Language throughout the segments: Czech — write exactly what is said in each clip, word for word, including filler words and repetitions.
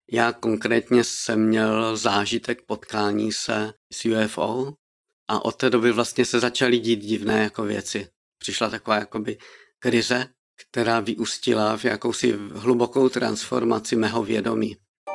Já konkrétně jsem měl zážitek potkání se s U F O a od té doby vlastně se začaly dít divné jako věci. Přišla taková jakoby krize, která vyústila v jakousi hlubokou transformaci mého vědomí.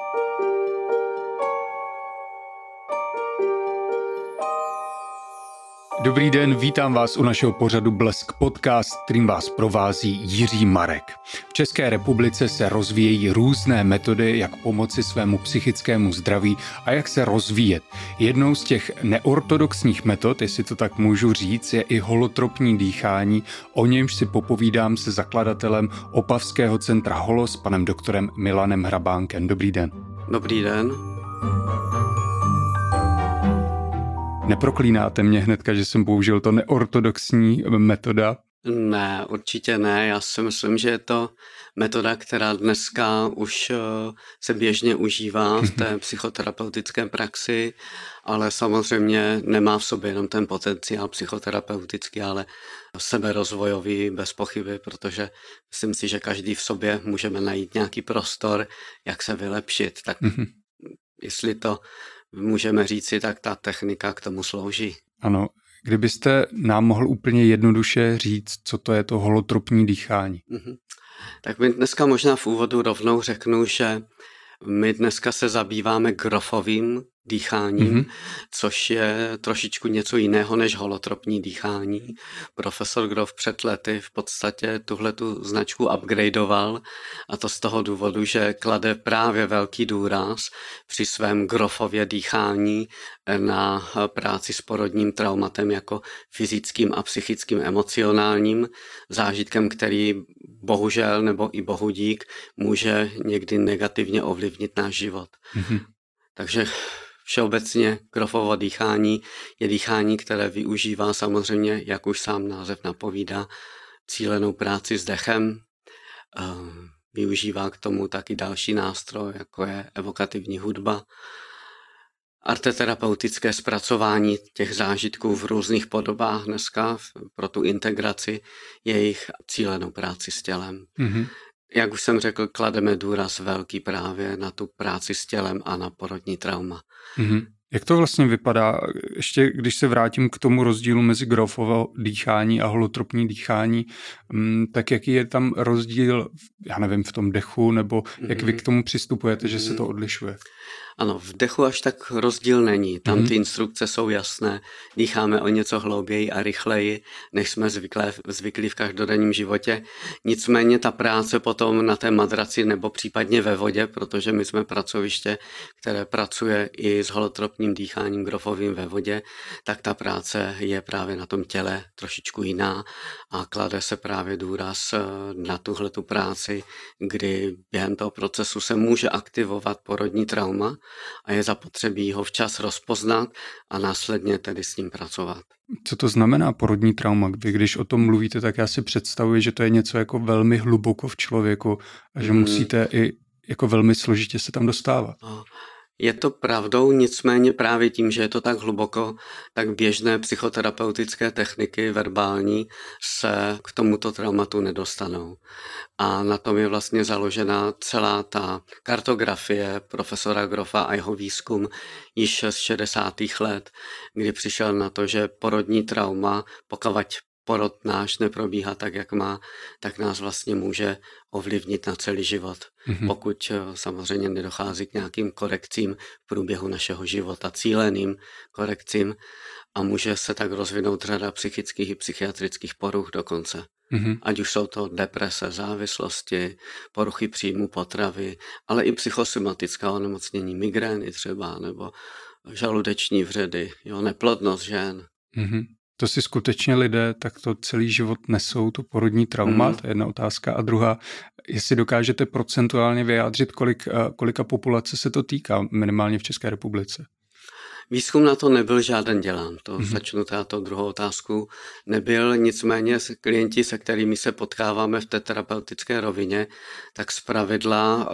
Dobrý den, vítám vás u našeho pořadu Blesk Podcast, kterým vás provází Jiří Marek. V České republice se rozvíjejí různé metody, jak pomoci svému psychickému zdraví a jak se rozvíjet. Jednou z těch neortodoxních metod, jestli to tak můžu říct, je i holotropní dýchání, o němž si popovídám se zakladatelem Opavského centra Holo s panem doktorem Milanem Hrabánkem. Dobrý den. Dobrý den. Neproklínáte mě hnedka, že jsem použil to neortodoxní metoda? Ne, určitě ne. Já si myslím, že je to metoda, která dneska už se běžně užívá v té psychoterapeutické praxi, ale samozřejmě nemá v sobě jenom ten potenciál psychoterapeutický, ale seberozvojový bez pochyby, protože myslím si, že každý v sobě můžeme najít nějaký prostor, jak se vylepšit. Tak jestli to můžeme říci, tak ta technika k tomu slouží. Ano, kdybyste nám mohl úplně jednoduše říct, co to je to holotropní dýchání. Mm-hmm. Tak my dneska možná v úvodu rovnou řeknu, že my dneska se zabýváme grofovým dýcháním, mm-hmm. což je trošičku něco jiného než holotropní dýchání. Profesor Grof před lety v podstatě tuhletu značku upgradeoval, a to z toho důvodu, že klade právě velký důraz při svém grofově dýchání na práci s porodním traumatem jako fyzickým a psychickým emocionálním zážitkem, který bohužel nebo i bohudík může někdy negativně ovlivnit náš život. Mm-hmm. Takže všeobecně Grofovo dýchání je dýchání, které využívá samozřejmě, jak už sám název napovídá, cílenou práci s dechem. Využívá k tomu taky další nástroj, jako je evokativní hudba, arteterapeutické zpracování těch zážitků v různých podobách dneska pro tu integraci jejich cílenou práci s tělem. Mm-hmm. Jak už jsem řekl, klademe důraz velký právě na tu práci s tělem a na porodní trauma. Mm-hmm. Jak to vlastně vypadá, ještě když se vrátím k tomu rozdílu mezi Grofovo dýchání a holotropní dýchání, tak jaký je tam rozdíl, já nevím, v tom dechu, nebo jak vy k tomu přistupujete, že se to odlišuje? Ano, v dechu až tak rozdíl není. Tam ty instrukce jsou jasné. Dýcháme o něco hlouběji a rychleji, než jsme zvyklé, zvyklí v každodenním životě. Nicméně ta práce potom na té madraci nebo případně ve vodě, protože my jsme pracoviště, které pracuje i s holotropním dýcháním grofovým ve vodě, tak ta práce je právě na tom těle trošičku jiná a klade se právě důraz na tuhletu práci, kdy během toho procesu se může aktivovat porodní trauma a je zapotřebí ho včas rozpoznat a následně tedy s ním pracovat. Co to znamená porodní trauma? Vy když o tom mluvíte, tak já si představuji, že to je něco jako velmi hluboko v člověku a že hmm. musíte i jako velmi složitě se tam dostávat. Je to pravdou, nicméně právě tím, že je to tak hluboko, tak běžné psychoterapeutické techniky verbální se k tomuto traumatu nedostanou. A na tom je vlastně založena celá ta kartografie profesora Grofa a jeho výzkum již z šedesátých let, kdy přišel na to, že porodní trauma, pokud porod náš neprobíhá tak, jak má, tak nás vlastně může ovlivnit na celý život. Mm-hmm. Pokud samozřejmě nedochází k nějakým korekcím v průběhu našeho života, cíleným korekcím, a může se tak rozvinout řada psychických i psychiatrických poruch dokonce. Mm-hmm. Ať už jsou to deprese, závislosti, poruchy příjmu potravy, ale i psychosomatická onemocnění, migrény třeba, nebo žaludeční vředy, jo, neplodnost žen. Mm-hmm. To si skutečně lidé takto celý život nesou, to porodní trauma, mm. to je jedna otázka. A druhá, jestli dokážete procentuálně vyjádřit, kolik, kolika populace se to týká, minimálně v České republice? Výzkum na to nebyl žádný dělán, to mm. začnu táto druhou otázku. Nebyl, nicméně klienti, se kterými se potkáváme v té terapeutické rovině, tak zpravidla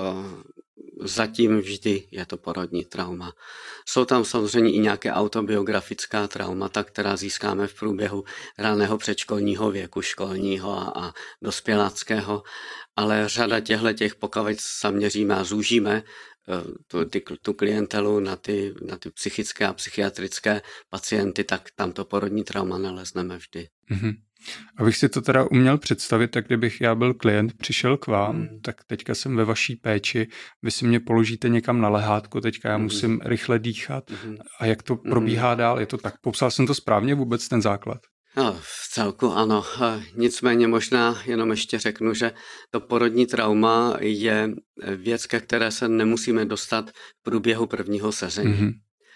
zatím vždy je to porodní trauma. Jsou tam samozřejmě i nějaké autobiografická traumata, která získáme v průběhu raného předškolního věku, školního a, a dospěláckého, ale řada těchto, pokud zaměříme a zúžíme tu, ty, tu klientelu na ty, na ty psychické a psychiatrické pacienty, tak tam to porodní trauma nalezneme vždy. Mm-hmm. Abych si to teda uměl představit, tak kdybych já byl klient, přišel k vám, mm. tak teďka jsem ve vaší péči, vy si mě položíte někam na lehátko, teďka já mm. musím rychle dýchat. mm. A jak to probíhá mm. dál? Je to tak? Popsal jsem to správně vůbec ten základ? No, v celku ano. Nicméně možná jenom ještě řeknu, že to porodní trauma je věc, ke které se nemusíme dostat v průběhu prvního sezení. Mm-hmm.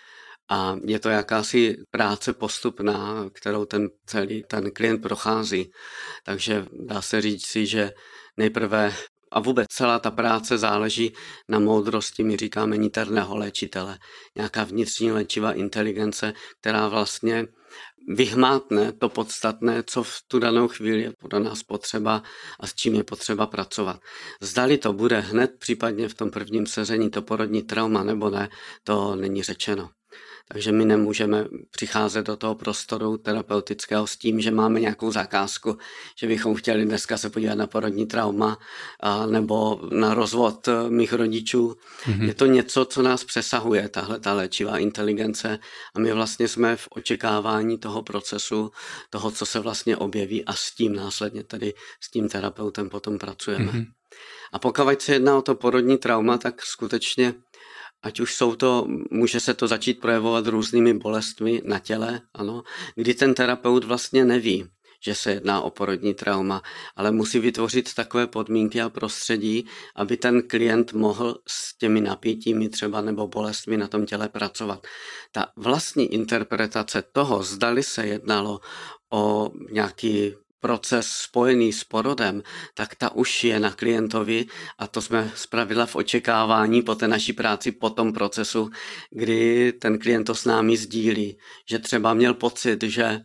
A je to jakási práce postupná, kterou ten celý ten klient prochází. Takže dá se říct si, že nejprve a vůbec celá ta práce záleží na moudrosti, my říkáme niterného léčitele. Nějaká vnitřní léčivá inteligence, která vlastně vyhmátne to podstatné, co v tu danou chvíli je pro nás potřeba a s čím je potřeba pracovat. Zdali to bude hned, případně v tom prvním sezení to porodní trauma nebo ne, to není řečeno. Takže my nemůžeme přicházet do toho prostoru terapeutického s tím, že máme nějakou zakázku, že bychom chtěli dneska se podívat na porodní trauma a, nebo na rozvod mých rodičů. Mm-hmm. Je to něco, co nás přesahuje, tahle ta léčivá inteligence a my vlastně jsme v očekávání toho procesu, toho, co se vlastně objeví a s tím následně tady s tím terapeutem potom pracujeme. Mm-hmm. A pokud se jedná o to porodní trauma, tak skutečně ať už jsou to, může se to začít projevovat různými bolestmi na těle, ano, kdy ten terapeut vlastně neví, že se jedná o porodní trauma, ale musí vytvořit takové podmínky a prostředí, aby ten klient mohl s těmi napětími třeba nebo bolestmi na tom těle pracovat. Ta vlastní interpretace toho, zdali se jednalo o nějaký proces spojený s porodem, tak ta už je na klientovi a to jsme zpravidla v očekávání po té naší práci, po tom procesu, kdy ten klient to s námi sdílí, že třeba měl pocit, že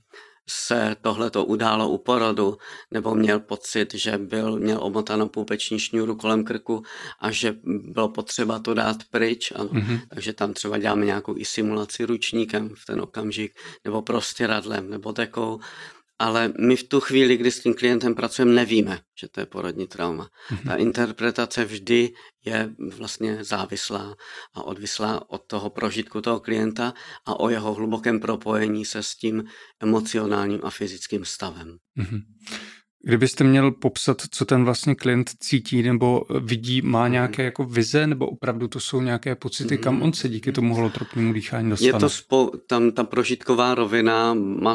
se tohleto událo u porodu, nebo měl pocit, že byl, měl omotanou půlpeční šňůru kolem krku a že bylo potřeba to dát pryč. Ano. Mm-hmm. Takže tam třeba děláme nějakou i simulaci ručníkem v ten okamžik, nebo prostěradlem, nebo dekou. Ale my v tu chvíli, kdy s tím klientem pracujeme, nevíme, že to je porodní trauma. Mm-hmm. Ta interpretace vždy je vlastně závislá a odvislá od toho prožitku toho klienta a o jeho hlubokém propojení se s tím emocionálním a fyzickým stavem. Mm-hmm. Kdybyste měl popsat, co ten vlastně klient cítí nebo vidí, má nějaké jako vize, nebo opravdu to jsou nějaké pocity, kam on se díky tomu holotropnímu dýchání dostane? Je to spo, tam ta prožitková rovina má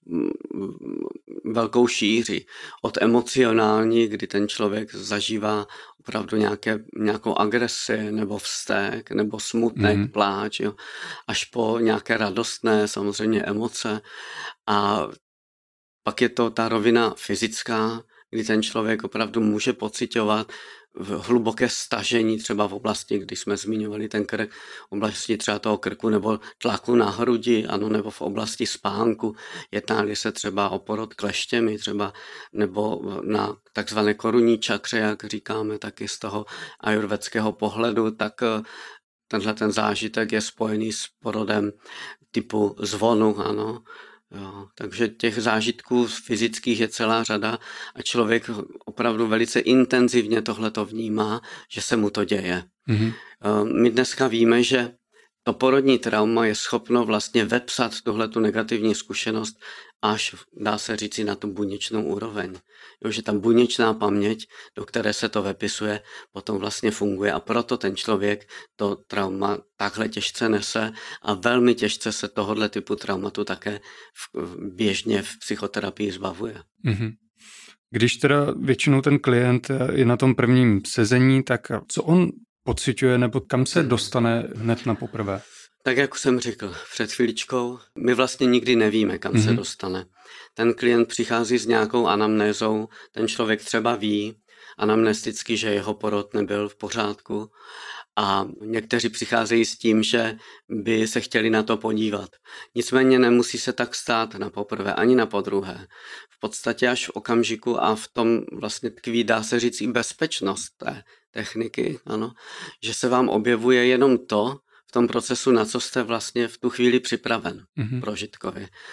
velkou šíři. Od emocionální, kdy ten člověk zažívá opravdu nějaké, nějakou agresi, nebo vztek, nebo smutek, mm. pláč, jo, až po nějaké radostné samozřejmě emoce. A pak je to ta rovina fyzická, kdy ten člověk opravdu může pociťovat hluboké stažení třeba v oblasti, když jsme zmiňovali ten krk, v oblasti třeba toho krku nebo tlaku na hrudi, ano, nebo v oblasti spánku, jedná se třeba o porod kleštěmi třeba, nebo na takzvané korunní čakře, jak říkáme taky z toho ajurvedského pohledu, tak tenhle ten zážitek je spojený s porodem typu zvonu, ano. Jo, takže těch zážitků fyzických je celá řada a člověk opravdu velice intenzivně tohleto vnímá, že se mu to děje. Mm-hmm. My dneska víme, že to porodní trauma je schopno vlastně vepsat tuhletu negativní zkušenost až, dá se říci, na tu buněčnou úroveň. Jo, že ta buněčná paměť, do které se to vepisuje, potom vlastně funguje a proto ten člověk to trauma takhle těžce nese a velmi těžce se tohohle typu traumatu také v, běžně v psychoterapii zbavuje. Mm-hmm. Když teda většinou ten klient je na tom prvním sezení, tak co on pociťuje nebo kam se dostane hned na poprvé? Tak jak jsem řekl před chvíličkou, my vlastně nikdy nevíme, kam mm-hmm. se dostane. Ten klient přichází s nějakou anamnézou, ten člověk třeba ví anamnesticky, že jeho porod nebyl v pořádku a někteří přicházejí s tím, že by se chtěli na to podívat. Nicméně nemusí se tak stát na poprvé ani na podruhé. V podstatě až v okamžiku a v tom vlastně tkví, dá se říct, i bezpečnost té techniky, ano, že se vám objevuje jenom to v tom procesu, na co jste vlastně v tu chvíli připraven mm-hmm. prožitkově.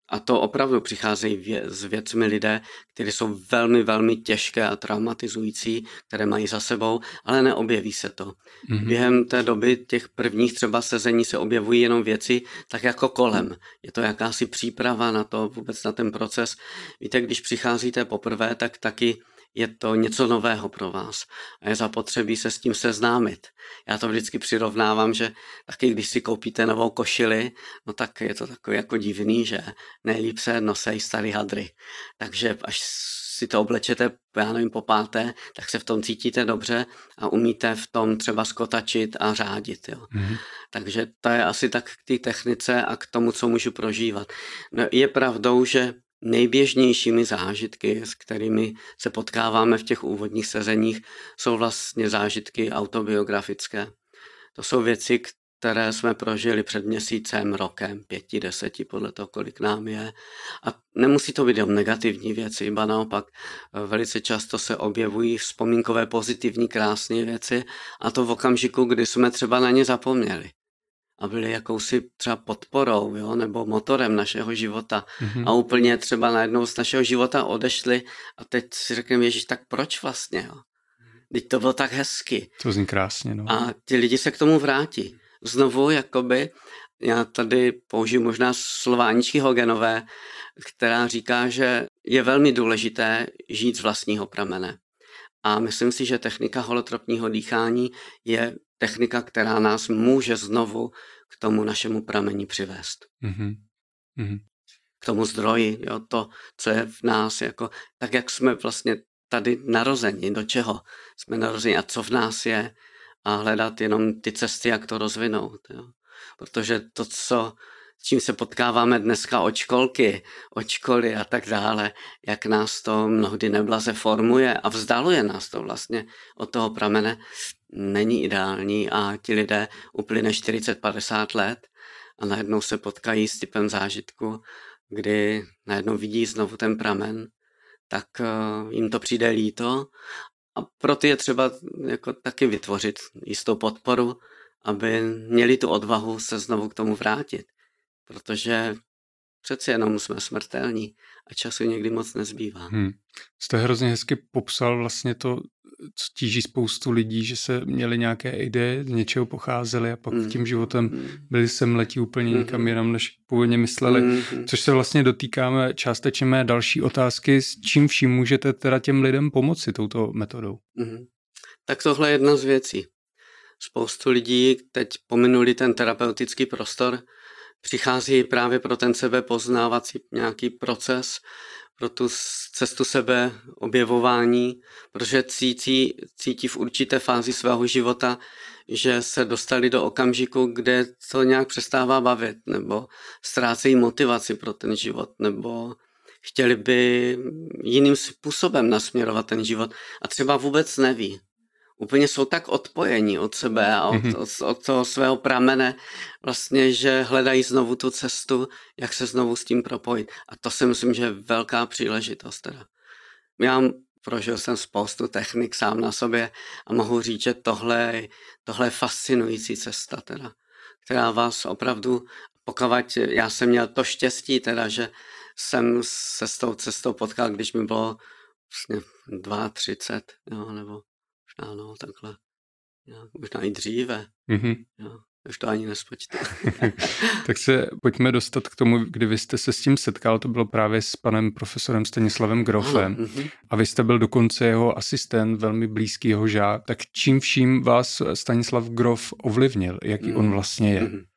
A to opravdu přicházejí vě- s věcmi lidé, které jsou velmi, velmi těžké a traumatizující, které mají za sebou, ale neobjeví se to. Mm-hmm. Během té doby těch prvních třeba sezení se objevují jenom věci tak jako kolem. Je to jakási příprava na to, vůbec na ten proces. Víte, když přicházíte poprvé, tak taky je to něco nového pro vás a je zapotřebí se s tím seznámit. Já to vždycky přirovnávám, že taky když si koupíte novou košili, no tak je to takový jako divný, že nejlíp se nosej starý hadry. Takže až si to oblečete, já nevím, po páté, tak se v tom cítíte dobře a umíte v tom třeba skotačit a řádit. Jo. Mm-hmm. Takže to je asi tak k té technice a k tomu, co můžu prožívat. No, je pravdou, že nejběžnějšími zážitky, s kterými se potkáváme v těch úvodních sezeních, jsou vlastně zážitky autobiografické. To jsou věci, které jsme prožili před měsícem, rokem, pěti, deseti, podle toho, kolik nám je. A nemusí to být jenom negativní věci, ba naopak velice často se objevují vzpomínkové pozitivní krásné věci a to v okamžiku, kdy jsme třeba na ně zapomněli. A byli jakousi třeba podporou, jo, nebo motorem našeho života. Mm-hmm. A úplně třeba najednou z našeho života odešli a teď si řekneme, Ježíš, tak proč vlastně? Jo? Teď to bylo tak hezky. To zní krásně, no. A ti lidi se k tomu vrátí. Znovu, jakoby, já tady použiju možná slova Aničky Hogenové, která říká, že je velmi důležité žít z vlastního pramene. A myslím si, že technika holotropního dýchání je technika, která nás může znovu k tomu našemu prameni přivést. Mm-hmm. Mm-hmm. K tomu zdroji, jo, to, co je v nás, jako, tak jak jsme vlastně tady narozeni, do čeho jsme narozeni a co v nás je a hledat jenom ty cesty, jak to rozvinout. Jo. Protože to, co, s čím se potkáváme dneska od školky, od školy a tak dále, jak nás to mnohdy neblaze formuje a vzdaluje nás to vlastně od toho pramene, není ideální a ti lidé uplyne čtyřicet padesát let a najednou se potkají s typem zážitku, kdy najednou vidí znovu ten pramen, tak jim to přijde líto a proto je třeba jako taky vytvořit jistou podporu, aby měli tu odvahu se znovu k tomu vrátit. Protože přeci jenom jsme smrtelní a času někdy moc nezbývá. Hmm. Jste hrozně hezky popsal vlastně to, co tíží spoustu lidí, že se měli nějaké ideje, z něčeho pocházeli a pak hmm. tím životem byli semletí úplně hmm. někam jinam, než původně mysleli. Hmm. Což se vlastně dotýkáme částečně mé další otázky, s čím vším můžete teda těm lidem pomoci touto metodou? Hmm. Tak tohle je jedna z věcí. Spoustu lidí teď pominuli ten terapeutický prostor, přichází právě pro ten sebepoznávací nějaký proces, pro tu cestu sebeobjevování, protože cítí, cítí v určité fázi svého života, že se dostali do okamžiku, kde to nějak přestává bavit, nebo ztrácejí motivaci pro ten život, nebo chtěli by jiným způsobem nasměrovat ten život a třeba vůbec neví. Úplně jsou tak odpojení od sebe a od, od, od toho svého pramene, vlastně, že hledají znovu tu cestu, jak se znovu s tím propojit. A to si myslím, že je velká příležitost. Teda. Já prožil jsem spoustu technik sám na sobě a mohu říct, že tohle, tohle je fascinující cesta, teda, která vás opravdu, pokud já jsem měl to štěstí, teda, že jsem se s tou cestou potkal, když mi bylo vlastně třicet dva, jo, nebo ano, takhle. Ja, možná i dříve. Mm-hmm. Ja, už to ani nespočítám. Tak se pojďme dostat k tomu, kdy vy jste se s tím setkal, to bylo právě s panem profesorem Stanislavem Grofem. Ano, mm-hmm. A vy jste byl dokonce jeho asistent, velmi blízký jeho žák. Tak čím vším vás Stanislav Grof ovlivnil? Jaký mm-hmm. on vlastně je? Mm-hmm.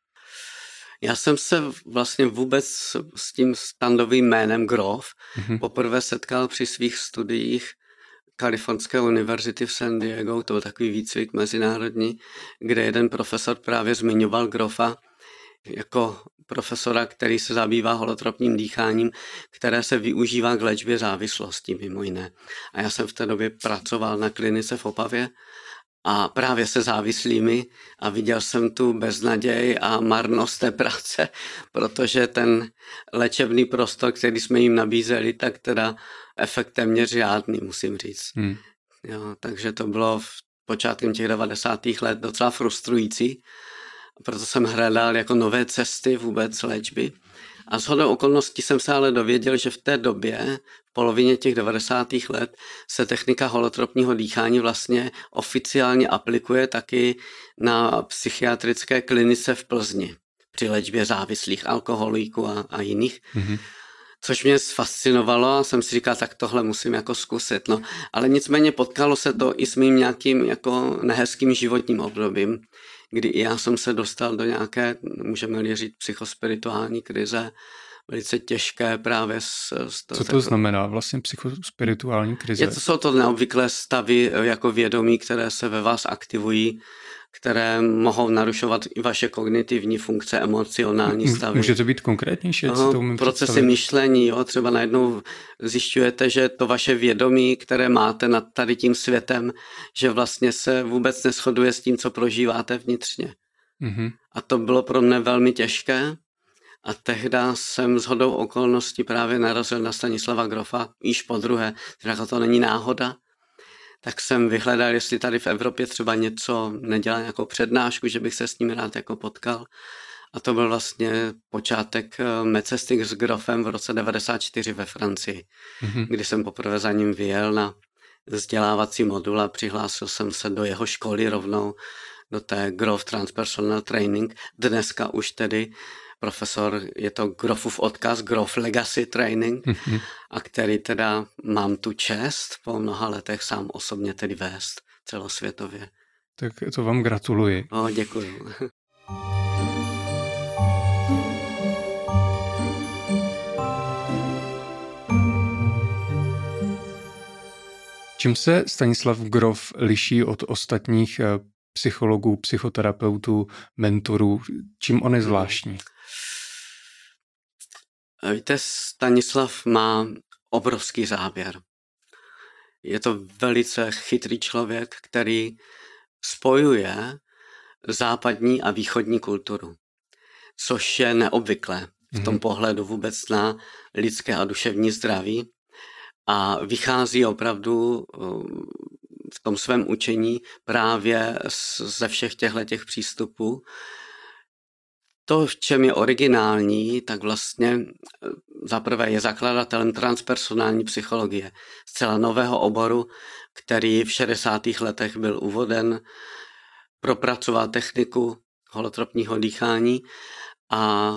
Já jsem se vlastně vůbec s tím standovým jménem Grof mm-hmm. poprvé setkal při svých studiích Kalifornské univerzity v San Diego, to byl takový výcvik mezinárodní, kde jeden profesor právě zmiňoval Grofa jako profesora, který se zabývá holotropním dýcháním, které se využívá k léčbě závislostí mimo jiné. A já jsem v té době pracoval na klinice v Opavě a právě se závislými a viděl jsem tu beznaděj a marnost té práce, protože ten léčebný prostor, který jsme jim nabízeli, tak teda efekt téměř žádný, musím říct. Hmm. Jo, takže to bylo v počátkem těch devadesátých let docela frustrující, proto jsem hledal jako nové cesty vůbec léčby A shodou okolností jsem se ale dověděl, že v té době, v polovině těch devadesátých let, se technika holotropního dýchání vlastně oficiálně aplikuje taky na psychiatrické klinice v Plzni při léčbě závislých alkoholiků a, a jiných. Mm-hmm. Což mě fascinovalo a jsem si říkal, tak tohle musím jako zkusit. No. Ale nicméně potkalo se to i s mým nějakým jako nehezkým životním obdobím, kdy i já jsem se dostal do nějaké, můžeme-li říct, psychospirituální krize, velice těžké právě s... s to, Co to znamená vlastně psychospirituální krize? Je to, jsou to neobvyklé stavy jako vědomí, které se ve vás aktivují, které mohou narušovat i vaše kognitivní funkce, emocionální stavy. Může to být konkrétnější? No, procesy představit? myšlení, jo, třeba najednou zjišťujete, že to vaše vědomí, které máte nad tady tím světem, že vlastně se vůbec neshoduje s tím, co prožíváte vnitřně. Mm-hmm. A to bylo pro mě velmi těžké. A tehdy jsem shodou okolností právě narazil na Stanislava Grofa, již po druhé, říkal, to není náhoda. Tak jsem vyhledal, jestli tady v Evropě třeba něco nedělá nějakou přednášku, že bych se s ním rád jako potkal. A to byl vlastně počátek mé cesty s Grofem v roce devadesát čtyři ve Francii, mm-hmm. kdy jsem poprvé za ním vyjel na vzdělávací modul a přihlásil jsem se do jeho školy rovnou, do té Grof Transpersonal Training. Dneska už tedy profesor, je to Grofův odkaz, Grof Legacy Training, mm-hmm. a který teda mám tu čest po mnoha letech sám osobně tedy vést celosvětově. Tak to vám gratuluji. O, děkuji. Čím se Stanislav Grof liší od ostatních psychologů, psychoterapeutů, mentorů? Čím on je zvláštní? Víte, Stanislav má obrovský záběr. Je to velice chytrý člověk, který spojuje západní a východní kulturu, což je neobvyklé v tom pohledu vůbec na lidské a duševní zdraví a vychází opravdu v tom svém učení právě ze všech těchto přístupů. To, v čem je originální, tak vlastně zaprvé je zakladatelem transpersonální psychologie, zcela nového oboru, který v šedesátých letech byl uvoden, propracoval techniku holotropního dýchání a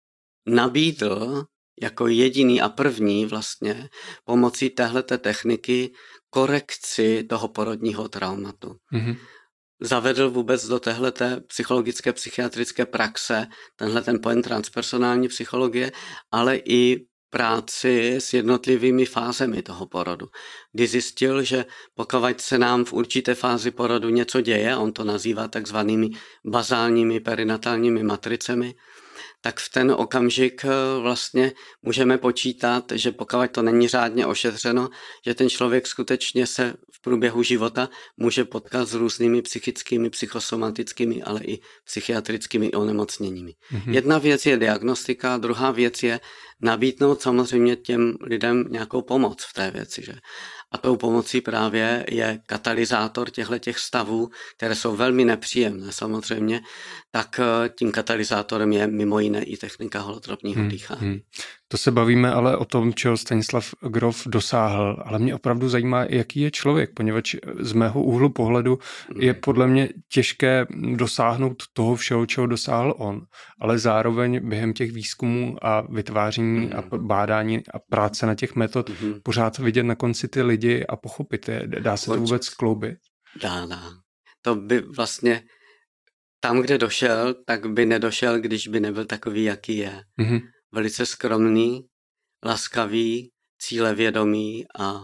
nabídl jako jediný a první vlastně pomocí téhleté techniky korekci toho porodního traumatu. Mm-hmm. Zavedl vůbec do téhleté psychologické, psychiatrické praxe tenhle ten pojem transpersonální psychologie, ale i práci s jednotlivými fázemi toho porodu. Kdy zjistil, že pokud se nám v určité fázi porodu něco děje, on to nazývá takzvanými bazálními perinatálními matricemi, tak v ten okamžik vlastně můžeme počítat, že pokud to není řádně ošetřeno, že ten člověk skutečně se v průběhu života může potkat s různými psychickými, psychosomatickými, ale i psychiatrickými onemocněními. Mm-hmm. Jedna věc je diagnostika, druhá věc je nabídnout samozřejmě těm lidem nějakou pomoc v té věci, že? A tou pomocí právě je katalyzátor těchto stavů, které jsou velmi nepříjemné samozřejmě, tak tím katalyzátorem je mimo jiné i technika holotropního hmm, dýchání. Hmm. To se bavíme ale o tom, čeho Stanislav Grof dosáhl, ale mě opravdu zajímá, jaký je člověk, poněvadž z mého úhlu pohledu je podle mě těžké dosáhnout toho všeho, čeho dosáhl on, ale zároveň během těch výzkumů a vytváření hmm. a bádání a práce na těch metod hmm. pořád vidět na konci ty lidi a pochopit je. Dá se to vůbec skloubit? Dá, dá. To by vlastně tam, kde došel, tak by nedošel, když by nebyl takový, jaký je. Mm-hmm. Velice skromný, laskavý, cílevědomý a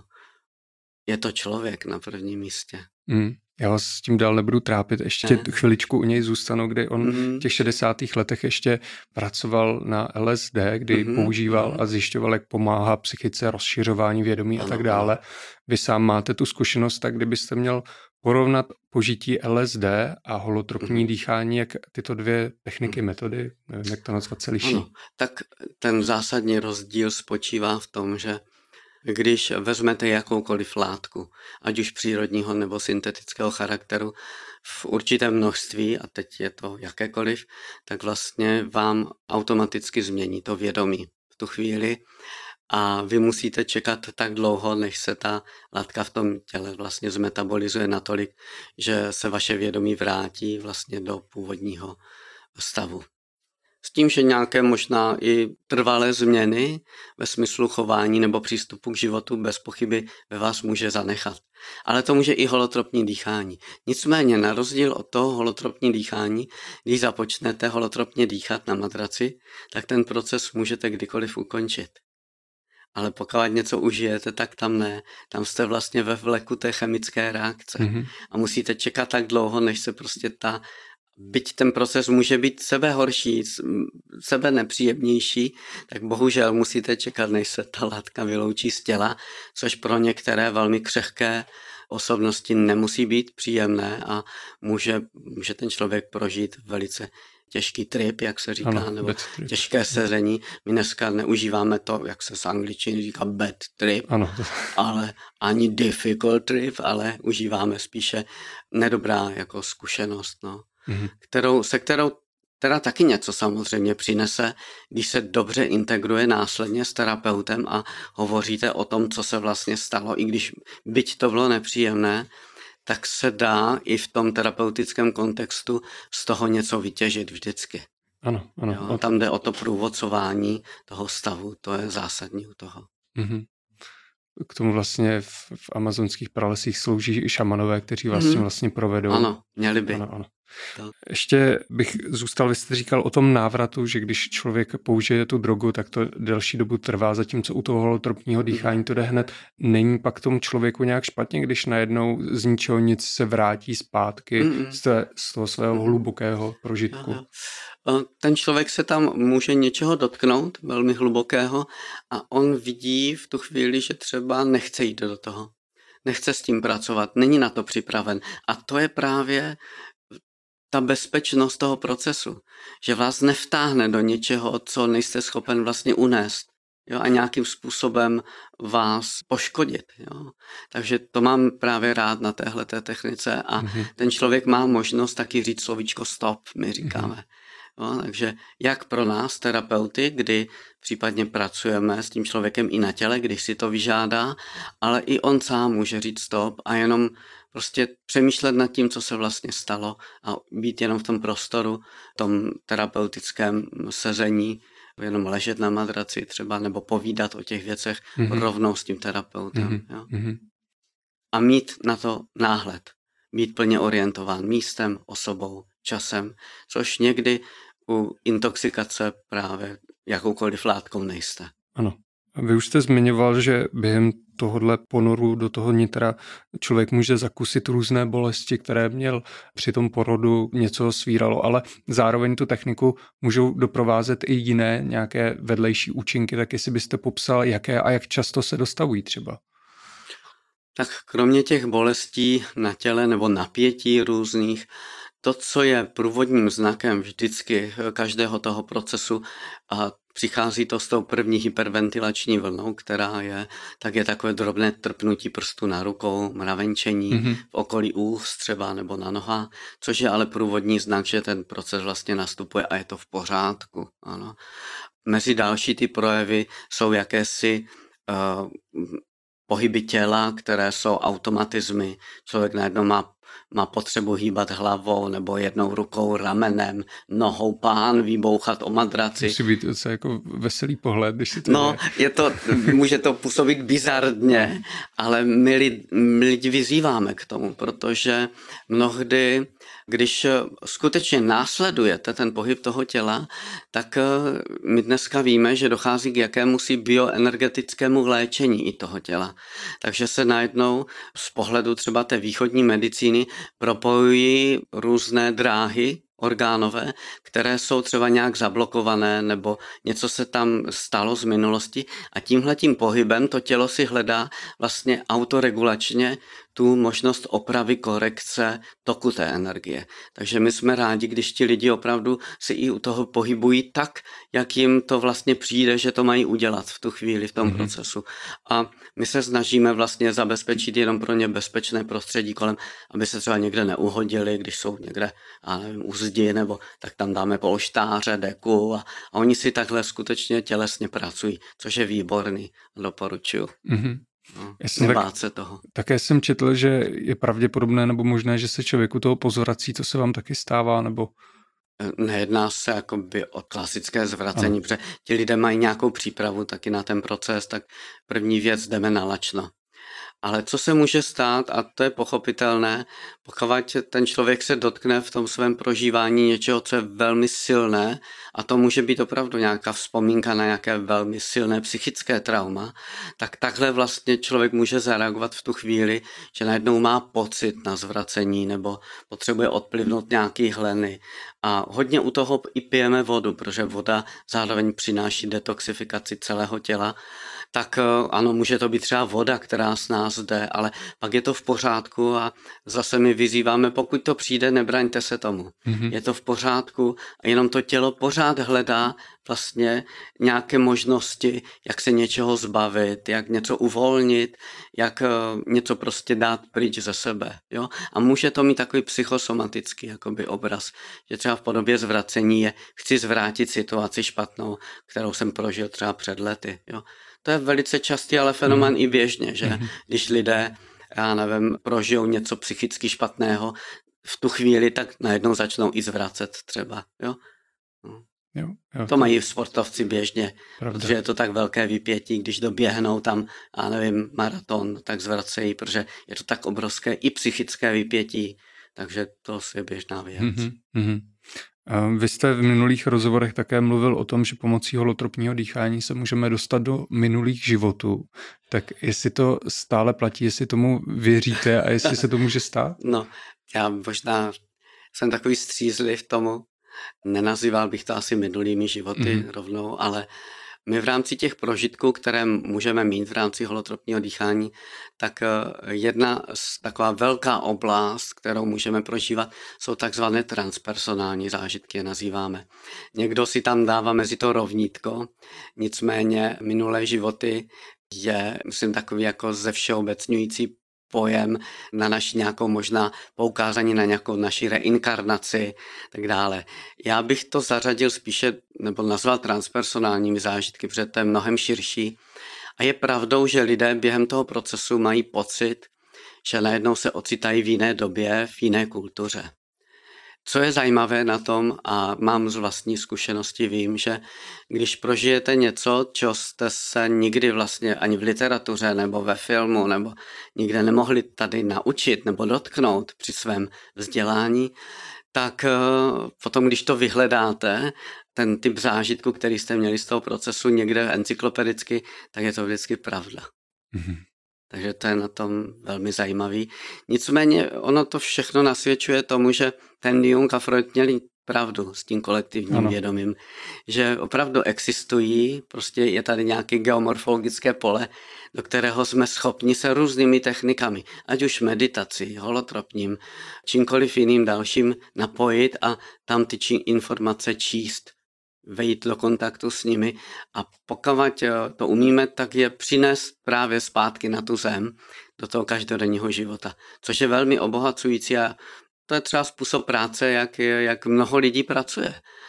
je to člověk na prvním místě. Mm. Já vás s tím dál nebudu trápit, ještě ne? chviličku u něj zůstanu, kdy on mm. v těch šedesátých letech ještě pracoval na L S D, kdy mm. používal a zjišťoval, jak pomáhá psychice, rozšiřování vědomí ano, a tak dále. Vy sám máte tu zkušenost, tak kdybyste měl porovnat požití L S D a holotropní mm. dýchání, jak tyto dvě techniky, mm. metody, nevím, jak to nazvat, se liší. Ano, tak ten zásadní rozdíl spočívá v tom, že Když vezmete jakoukoliv látku, ať už přírodního nebo syntetického charakteru, v určitém množství, a teď je to jakékoliv, tak vlastně vám automaticky změní to vědomí v tu chvíli a vy musíte čekat tak dlouho, než se ta látka v tom těle vlastně zmetabolizuje natolik, že se vaše vědomí vrátí vlastně do původního stavu. S tím, že nějaké možná i trvalé změny ve smyslu chování nebo přístupu k životu bez pochyby ve vás může zanechat. Ale to může i holotropní dýchání. Nicméně na rozdíl od toho holotropní dýchání, když započnete holotropně dýchat na madraci, tak ten proces můžete kdykoliv ukončit. Ale pokud něco užijete, tak tam ne. Tam jste vlastně ve vleku té chemické reakce. Mm-hmm. A musíte čekat tak dlouho, než se prostě ta byť ten proces může být sebe horší, sebe nepříjemnější, tak bohužel musíte čekat, než se ta látka vyloučí z těla, což pro některé velmi křehké osobnosti nemusí být příjemné a může, může ten člověk prožít velice těžký trip, jak se říká, ano, nebo těžké sezení. My dneska neužíváme to, jak se z angličtiny říká bad trip, ano. ale ani difficult trip, ale užíváme spíše nedobrá jako zkušenost, no. Mm-hmm. Kterou, se kterou teda taky něco samozřejmě přinese, když se dobře integruje následně s terapeutem a hovoříte o tom, co se vlastně stalo, i když byť to bylo nepříjemné, tak se dá i v tom terapeutickém kontextu z toho něco vytěžit vždycky. Ano, ano. Jo, tam jde o to průvodcování toho stavu, to je zásadní u toho. Mm-hmm. K tomu vlastně v, v amazonských pralesích slouží i šamanové, kteří vlastně, vlastně provedou. Ano, měli by. Ano, ano. Ještě bych zůstal, vy jste říkal o tom návratu, že když člověk použije tu drogu, tak to delší dobu trvá, zatímco u toho holotropního dýchání to jde hned. Není pak tomu člověku nějak špatně, když najednou z ničeho nic se vrátí zpátky mm-mm. z, té, z toho svého hlubokého prožitku? Aha. Ten člověk se tam může něčeho dotknout, velmi hlubokého, a on vidí v tu chvíli, že třeba nechce jít do toho. Nechce s tím pracovat, není na to připraven. A to je právě ta bezpečnost toho procesu, že vás nevtáhne do něčeho, co nejste schopen vlastně unést, jo, a nějakým způsobem vás poškodit. Jo. Takže to mám právě rád na téhleté technice a mm-hmm. ten člověk má možnost taky říct slovíčko stop, my říkáme. Jo, takže jak pro nás, terapeuty, kdy případně pracujeme s tím člověkem i na těle, když si to vyžádá, ale i on sám může říct stop a jenom prostě přemýšlet nad tím, co se vlastně stalo a být jenom v tom prostoru, v tom terapeutickém sezení, jenom ležet na madraci třeba, nebo povídat o těch věcech mm-hmm. rovnou s tím terapeutem. Mm-hmm. Jo? A mít na to náhled, být plně orientován místem, osobou, časem, což někdy u intoxikace právě jakoukoliv látkou nejste. Ano. Vy už jste zmiňoval, že během tohohle ponoru do toho nitra člověk může zakusit různé bolesti, které měl při tom porodu, něco svíralo, ale zároveň tu techniku můžou doprovázet i jiné nějaké vedlejší účinky, tak jestli byste popsal, jaké a jak často se dostavují třeba. Tak kromě těch bolestí na těle nebo napětí různých, to, co je průvodním znakem vždycky každého toho procesu, a přichází to s tou první hyperventilační vlnou, která je, tak je takové drobné trpnutí prstů na rukou, mravenčení mm-hmm. v okolí úst třeba nebo na nohách, což je ale průvodní znak, že ten proces vlastně nastupuje a je to v pořádku. Ano. Mezi další ty projevy jsou jakési uh, pohyby těla, které jsou automatizmy. Člověk najednou má má potřebu hýbat hlavou nebo jednou rukou, ramenem, nohou, pán, vybouchat o madraci. Musí být docela jako veselý pohled, když si to No, je to, může to působit bizarně, ale my, lidi, my lidi vyzýváme k tomu, protože mnohdy, když skutečně následujete ten pohyb toho těla, tak my dneska víme, že dochází k jakémusi bioenergetickému léčení i toho těla. Takže se najednou z pohledu třeba té východní medicíny propojují různé dráhy orgánové, které jsou třeba nějak zablokované nebo něco se tam stalo z minulosti a tímhletím pohybem to tělo si hledá vlastně autoregulačně tu možnost opravy, korekce toku té energie. Takže my jsme rádi, když ti lidi opravdu si i u toho pohybují tak, jak jim to vlastně přijde, že to mají udělat v tu chvíli, v tom mm-hmm. procesu. A my se snažíme vlastně zabezpečit jenom pro ně bezpečné prostředí kolem, aby se třeba někde neuhodili, když jsou někde, já nevím, u zdi, nebo tak tam dáme polštáře, deku a, a oni si takhle skutečně tělesně pracují, což je výborný, doporučuju. Mm-hmm. No, nebát tak, se toho. Také jsem četl, že je pravděpodobné nebo možné, že se člověku toho pozorací, to se vám taky stává, nebo... Nejedná se jakoby o klasické zvracení, ano. Protože ti lidé mají nějakou přípravu taky na ten proces, tak první věc jdeme na lačno. Ale co se může stát, a to je pochopitelné, pokud ten člověk se dotkne v tom svém prožívání něčeho, co je velmi silné, a to může být opravdu nějaká vzpomínka na nějaké velmi silné psychické trauma, tak takhle vlastně člověk může zareagovat v tu chvíli, že najednou má pocit na zvracení nebo potřebuje odplivnout nějaký hleny. A hodně u toho i pijeme vodu, protože voda zároveň přináší detoxifikaci celého těla. Tak ano, může to být třeba voda, která s nás jde, ale pak je to v pořádku a zase my vyzýváme, pokud to přijde, nebraňte se tomu. Mm-hmm. Je to v pořádku a jenom to tělo pořád hledá vlastně nějaké možnosti, jak se něčeho zbavit, jak něco uvolnit, jak něco prostě dát pryč ze sebe. Jo? A může to mít takový psychosomatický jakoby obraz, že třeba v podobě zvracení je, chci zvrátit situaci špatnou, kterou jsem prožil třeba před lety. Jo? To je velice častý, ale fenomén mm. i běžně, že mm. když lidé, já nevím, prožijou něco psychicky špatného v tu chvíli, tak najednou začnou i zvracet třeba, jo. No. Jo, jo, to, to mají sportovci běžně, pravda. Protože je to tak velké vypětí, když doběhnou tam, já nevím, maraton, tak zvracejí, protože je to tak obrovské i psychické vypětí, takže to je běžná věc. Mm-hmm. Vy jste v minulých rozhovorech také mluvil o tom, že pomocí holotropního dýchání se můžeme dostat do minulých životů. Tak jestli to stále platí, jestli tomu věříte a jestli se to může stát? No, já možná jsem takový střízlivý v tomu. Nenazýval bych to asi minulými životy mm-hmm. rovnou, ale my v rámci těch prožitků, které můžeme mít v rámci holotropního dýchání, tak jedna z taková velká oblast, kterou můžeme prožívat, jsou takzvané transpersonální zážitky, je nazýváme. Někdo si tam dává mezi to rovnítko, nicméně minulé životy je, myslím, takový jako zevšeobecňující pojem na naši nějakou možná poukázání na nějakou naši reinkarnaci, tak dále. Já bych to zařadil spíše, nebo nazval transpersonálními zážitky, protože to je mnohem širší. A je pravdou, že lidé během toho procesu mají pocit, že najednou se ocitají v jiné době, v jiné kultuře. Co je zajímavé na tom, a mám z vlastní zkušenosti, vím, že když prožijete něco, čeho jste se nikdy vlastně ani v literatuře nebo ve filmu nebo nikde nemohli tady naučit nebo dotknout při svém vzdělání, tak potom, když to vyhledáte, ten typ zážitku, který jste měli z toho procesu někde encyklopedicky, tak je to vždycky pravda. Mm-hmm. Takže to je na tom velmi zajímavý. Nicméně ono to všechno nasvědčuje tomu, že ten Jung a Freud měli pravdu s tím kolektivním ano. vědomím, že opravdu existují, prostě je tady nějaké geomorfologické pole, do kterého jsme schopni se různými technikami, ať už meditací, holotropním, čímkoliv jiným dalším napojit a tam ty či informace číst, vejít do kontaktu s nimi a pokud to umíme, tak je přinést právě zpátky na tu zem, do toho každodenního života, což je velmi obohacující a to je třeba způsob práce, jak, jak mnoho lidí pracuje.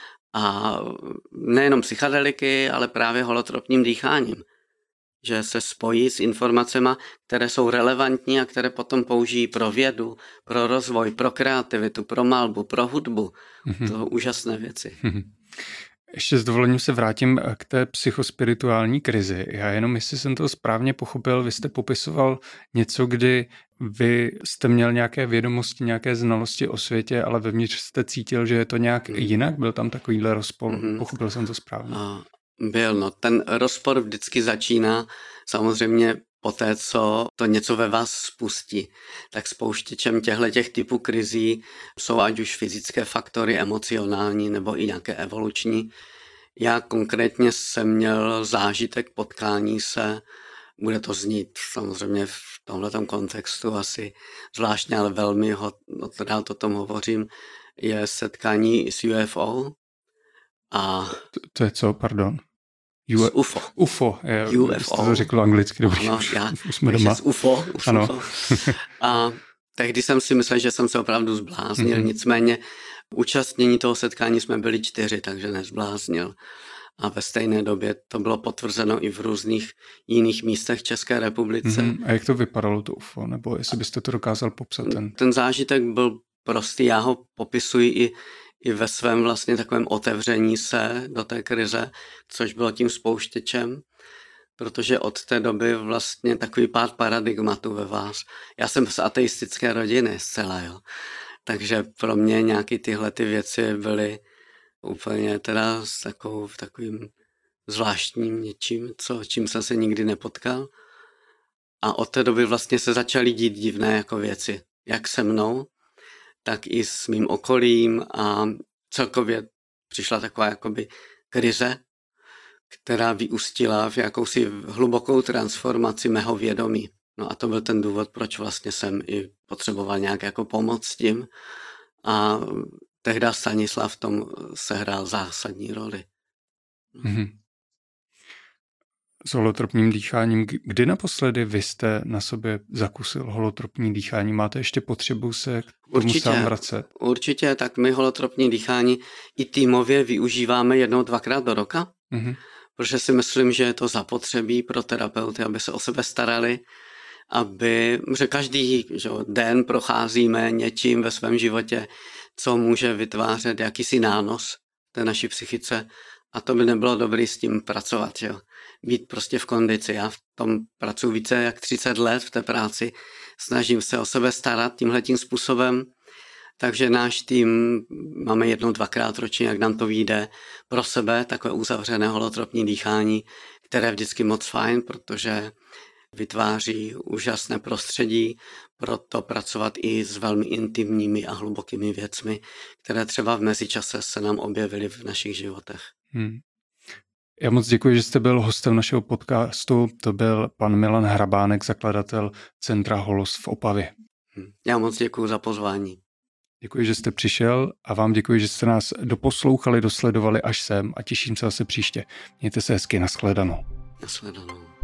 A nejenom psychedeliky, ale právě holotropním dýcháním. Že se spojí s informacemi, které jsou relevantní a které potom použijí pro vědu, pro rozvoj, pro kreativitu, pro malbu, pro hudbu. Mm-hmm. To jsou úžasné věci. Mm-hmm. Ještě s dovolením se vrátím k té psychospirituální krizi. Já jenom, jestli jsem to správně pochopil, vy jste popisoval něco, kdy vy jste měl nějaké vědomosti, nějaké znalosti o světě, ale vevnitř jste cítil, že je to nějak mm. jinak? Byl tam takovýhle rozpor? Mm-hmm. Pochopil jsem to správně. A byl, no. Ten rozpor vždycky začíná samozřejmě poté, co to něco ve vás spustí. Tak spouštěčem těchto typů krizí jsou ať už fyzické faktory, emocionální nebo i nějaké evoluční. Já konkrétně jsem měl zážitek potkání se bude to znít samozřejmě v tomhletom kontextu asi zvláštně, ale velmi ho, rád o tom hovořím, je setkání s U F O. A to, to je co, pardon? U... S U F O. U F O, je, U F O. Jste to řekl anglicky, dobře, ano, už, já, už jsme doma. S U F O. Už ano. U F O. A tehdy jsem si myslel, že jsem se opravdu zbláznil, mm-hmm. nicméně účastnění toho setkání jsme byli čtyři, takže nezbláznil. A ve stejné době to bylo potvrzeno i v různých jiných místech v České republice. Mm-hmm. A jak to vypadalo to U F O? Nebo jestli byste to dokázal popsat? Ten, ten zážitek byl prostý, já ho popisuji i, i ve svém vlastně takovém otevření se do té krize, což bylo tím spouštěčem, protože od té doby vlastně takový pár paradigmatů ve vás. Já jsem z ateistické rodiny zcela, jo. Takže pro mě nějaký tyhle ty věci byly úplně teda s takovou, takovým zvláštním něčím, co, čím jsem se nikdy nepotkal. A od té doby vlastně se začaly dít divné jako věci, jak se mnou, tak i s mým okolím a celkově přišla taková jakoby krize, která vyústila v jakousi hlubokou transformaci mého vědomí. No a to byl ten důvod, proč vlastně jsem i potřeboval nějak jako pomoc s tím. A tehdy Stanislav v tom sehrál zásadní roli. Mm-hmm. S holotropním dýcháním. Kdy naposledy vy jste na sobě zakusil holotropní dýchání? Máte ještě potřebu se k tomu určitě, sám vracet? Určitě, tak my holotropní dýchání i týmově využíváme jednou, dvakrát do roka, mm-hmm. protože si myslím, že je to zapotřebí pro terapeuty, aby se o sebe starali, aby, že každý že den procházíme něčím ve svém životě, co může vytvářet jakýsi nános té naší psychice a to by nebylo dobré s tím pracovat, že jo. Být prostě v kondici. Já v tom pracuji více jak třicet let v té práci, snažím se o sebe starat tímhletím způsobem, takže náš tým máme jednou, dvakrát ročně, jak nám to vyjde, pro sebe takové uzavřené holotropní dýchání, které je vždycky moc fajn, protože vytváří úžasné prostředí pro to pracovat i s velmi intimními a hlubokými věcmi, které třeba v mezičase se nám objevily v našich životech. Hmm. Já moc děkuji, že jste byl hostem našeho podcastu. To byl pan Milan Hrabánek, zakladatel Centra Holos v Opavě. Hmm. Já moc děkuji za pozvání. Děkuji, že jste přišel a vám děkuji, že jste nás doposlouchali, dosledovali až sem a těším se zase příště. Mějte se hezky, nashledanou. Nashledanou.